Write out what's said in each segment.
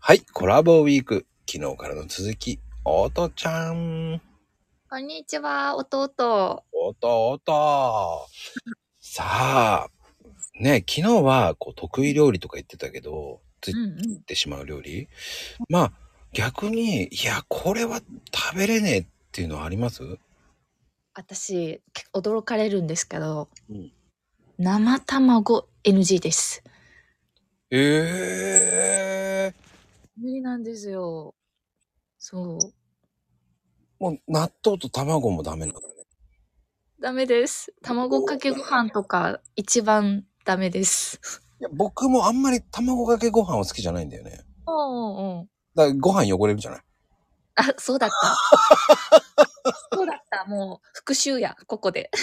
はい、コラボウィーク。昨日からの続き、おとちゃん。 こんにちは、弟。 おと。さあ、ね、昨日は得意料理とか言ってたけど、ついてしまう料理。まあ、逆に、いや、これは食べれねえっていうのはあります？ 私、結構驚かれるんですけど、 うん、 生卵 NG です。無理なんですよ。そう。 もう納豆と卵もダメなの？ ダメです。卵かけご飯とか一番ダメです。 いや、僕もあんまり卵かけご飯は好きじゃないんだよね。 おう。 だからご飯汚れるじゃない。 あ、そうだった。そうだった。もう、復習や、ここで。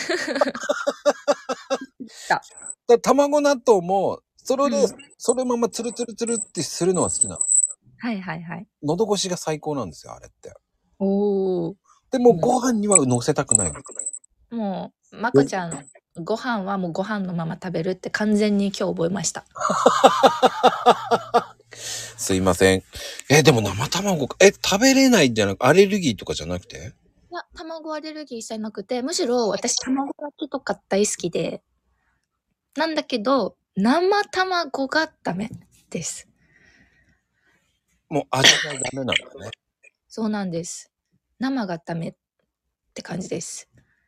だ。 だ卵納豆も、それで、 うん。 そのままツルツルツルってするのは好きなの。 はいはいはい。 喉越しが最高なんですよ、あれって。 おー。 でももご飯には乗せたくないの。 もまこちゃん、ご飯はもうご飯のまま食べるって完全に今日覚えました。 すいません。でも生卵か、食べれないんじゃなく、アレルギーとかじゃなくて？ いや、卵アレルギー一切なくて、むしろ私卵焼きとか大好きで、なんだけど、生卵がダメです。 もう味がダメなんだね。 そうなんです。生がダメって感じです。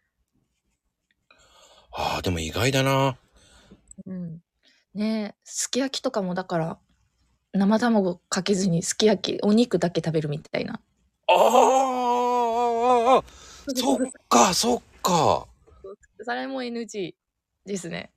ああ、でも意外だな。 うん。ねえ、すき焼きとかもだから、生卵かけずにすき焼き、お肉だけ食べるみたいな。 ああ、そっか、そっか。 それも NG ですね。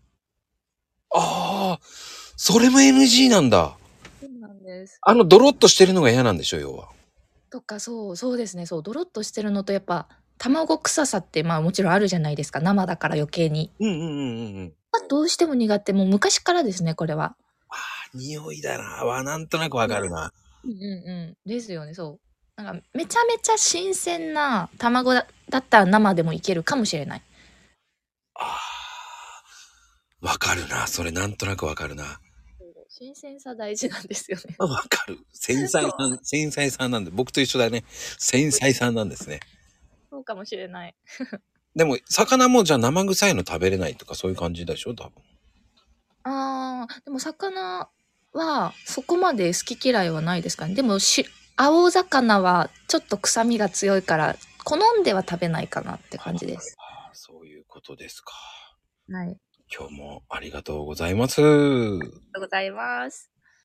ああ、それも NG なんだ。 そうなんです。 ドロッとしてるのが嫌なんでしょ、要は。 とか、そうですね。そう、ドロッとしてるのとやっぱ、卵臭さってまあもちろんあるじゃないですか。生だから余計に。 うん。 どうしても苦手。もう昔からですね、これは。 ああ、匂いだな。なんとなくわかるな。 ですよね、そう。なんか、めちゃめちゃ新鮮な卵だったら生でもいけるかもしれない。 ああ、わかるな。それなんとなくわかるな。 新鮮さ大事なんですよね。 わかる。繊細さんなんで、僕と一緒だね。繊細さんなんですね。 そうかもしれない。 でも、魚もじゃあ生臭いの食べれないとかそういう感じでしょ多分。 でも魚はそこまで好き嫌いはないですかね。でも青魚はちょっと臭みが強いから、好んでは食べないかなって感じです。 ああ、そういうことですか。 はい。あり今日もありがとうございます。 がとうございます。